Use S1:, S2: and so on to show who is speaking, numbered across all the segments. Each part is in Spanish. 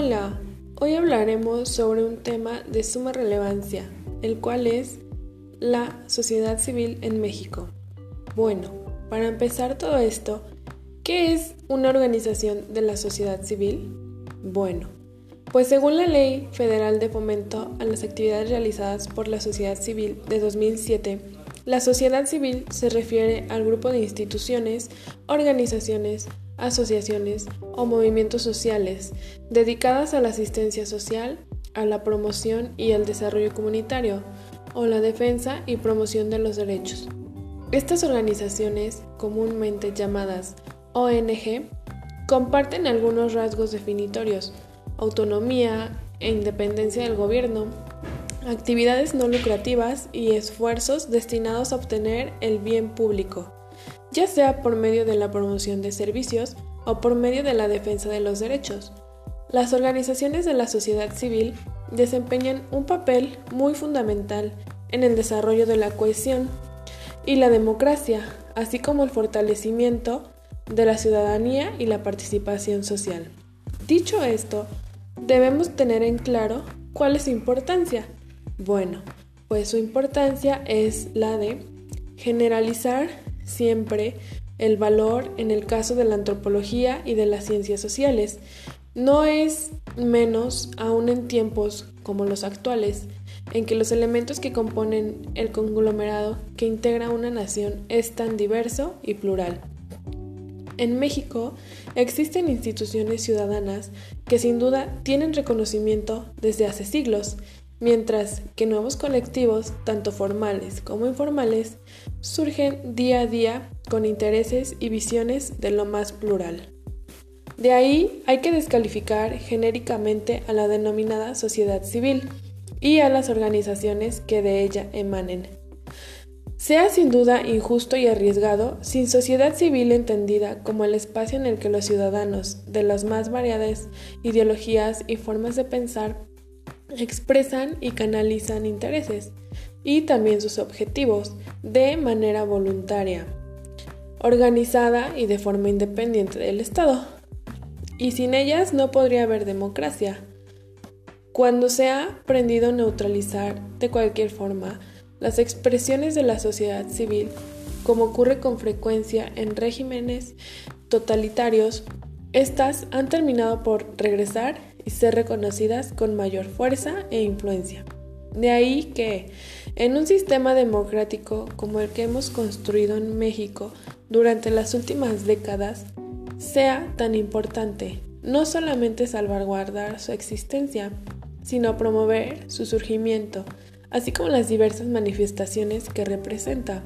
S1: Hola, hoy hablaremos sobre un tema de suma relevancia, el cual es la sociedad civil en México. Bueno, para empezar todo esto, ¿qué es una organización de la sociedad civil? Bueno, pues según la Ley Federal de Fomento a las Actividades Realizadas por la Sociedad Civil de 2007, la sociedad civil se refiere al grupo de instituciones, organizaciones, asociaciones o movimientos sociales dedicadas a la asistencia social, a la promoción y al desarrollo comunitario, o la defensa y promoción de los derechos. Estas organizaciones, comúnmente llamadas ONG, comparten algunos rasgos definitorios: autonomía e independencia del gobierno, actividades no lucrativas y esfuerzos destinados a obtener el bien público, ya sea por medio de la promoción de servicios o por medio de la defensa de los derechos. Las organizaciones de la sociedad civil desempeñan un papel muy fundamental en el desarrollo de la cohesión y la democracia, así como el fortalecimiento de la ciudadanía y la participación social. Dicho esto, debemos tener en claro cuál es su importancia. Bueno, pues su importancia es la de generalizar siempre el valor en el caso de la antropología y de las ciencias sociales. No es menos aún en tiempos como los actuales, en que los elementos que componen el conglomerado que integra una nación es tan diverso y plural. En México existen instituciones ciudadanas que sin duda tienen reconocimiento desde hace siglos, mientras que nuevos colectivos, tanto formales como informales, surgen día a día con intereses y visiones de lo más plural. De ahí hay que descalificar genéricamente a la denominada sociedad civil y a las organizaciones que de ella emanen. Sea sin duda injusto y arriesgado, sin sociedad civil entendida como el espacio en el que los ciudadanos de las más variadas ideologías y formas de pensar expresan y canalizan intereses y también sus objetivos de manera voluntaria, organizada y de forma independiente del Estado. Y sin ellas no podría haber democracia. Cuando se ha aprendido a neutralizar de cualquier forma las expresiones de la sociedad civil, como ocurre con frecuencia en regímenes totalitarios, estas han terminado por regresar y ser reconocidas con mayor fuerza e influencia. De ahí que, en un sistema democrático como el que hemos construido en México durante las últimas décadas, sea tan importante no solamente salvaguardar su existencia, sino promover su surgimiento, así como las diversas manifestaciones que representa.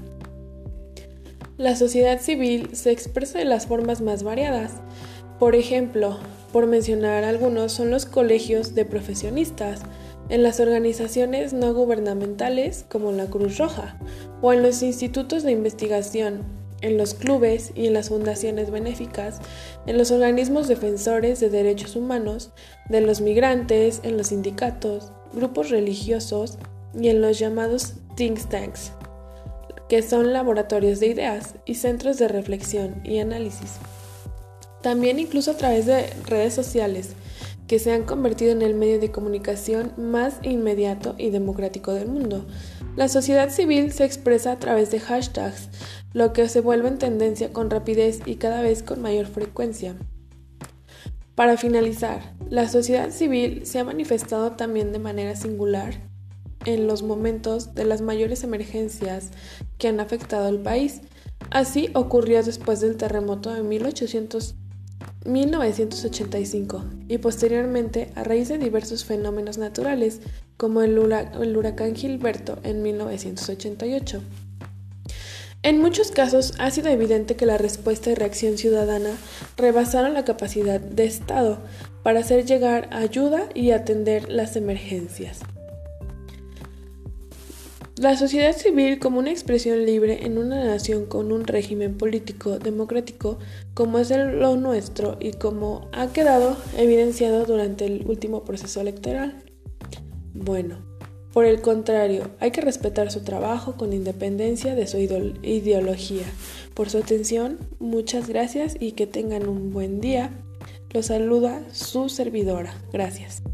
S1: La sociedad civil se expresa de las formas más variadas. Por ejemplo, por mencionar algunos, son los colegios de profesionistas, en las organizaciones no gubernamentales como la Cruz Roja, o en los institutos de investigación, en los clubes y en las fundaciones benéficas, en los organismos defensores de derechos humanos, de los migrantes, en los sindicatos, grupos religiosos y en los llamados think tanks, que son laboratorios de ideas y centros de reflexión y análisis. También incluso a través de redes sociales, que se han convertido en el medio de comunicación más inmediato y democrático del mundo. La sociedad civil se expresa a través de hashtags, lo que se vuelve en tendencia con rapidez y cada vez con mayor frecuencia. Para finalizar, la sociedad civil se ha manifestado también de manera singular en los momentos de las mayores emergencias que han afectado al país. Así ocurrió después del terremoto de 1985 y posteriormente a raíz de diversos fenómenos naturales como el huracán Gilberto en 1988. En muchos casos ha sido evidente que la respuesta y reacción ciudadana rebasaron la capacidad de Estado para hacer llegar ayuda y atender las emergencias. La sociedad civil como una expresión libre en una nación con un régimen político democrático como es lo nuestro y como ha quedado evidenciado durante el último proceso electoral. Bueno, por el contrario, hay que respetar su trabajo con independencia de su ideología. Por su atención, muchas gracias y que tengan un buen día. Los saluda su servidora. Gracias.